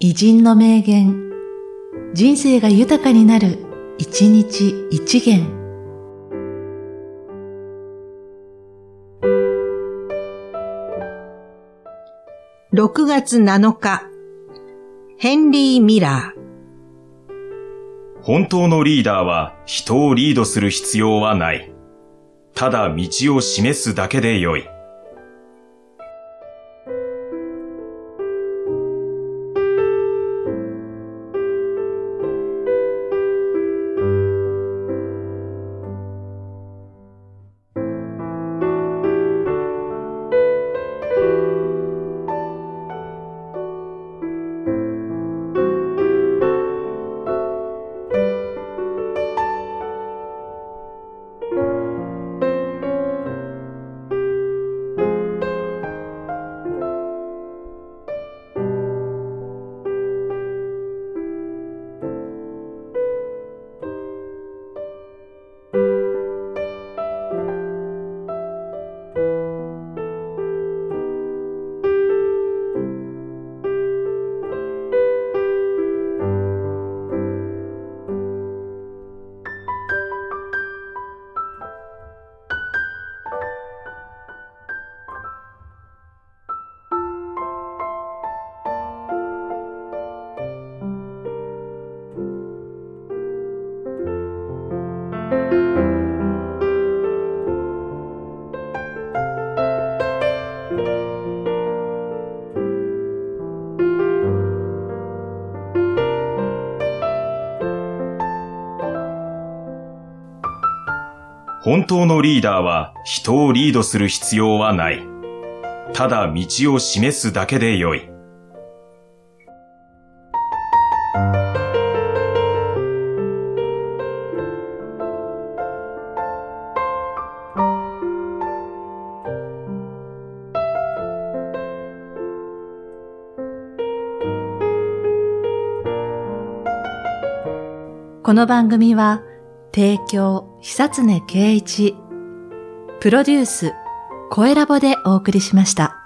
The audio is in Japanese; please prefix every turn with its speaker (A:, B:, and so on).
A: 偉人の名言、人生が豊かになる、一日一元。
B: 6月7日、ヘンリー・ミラー。
C: 本当のリーダーは人をリードする必要はない。ただ道を示すだけでよい。本当のリーダーは人をリードする必要はない。ただ道を示すだけでよい。
A: この番組は提供久常圭一、プロデュース声ラボでお送りしました。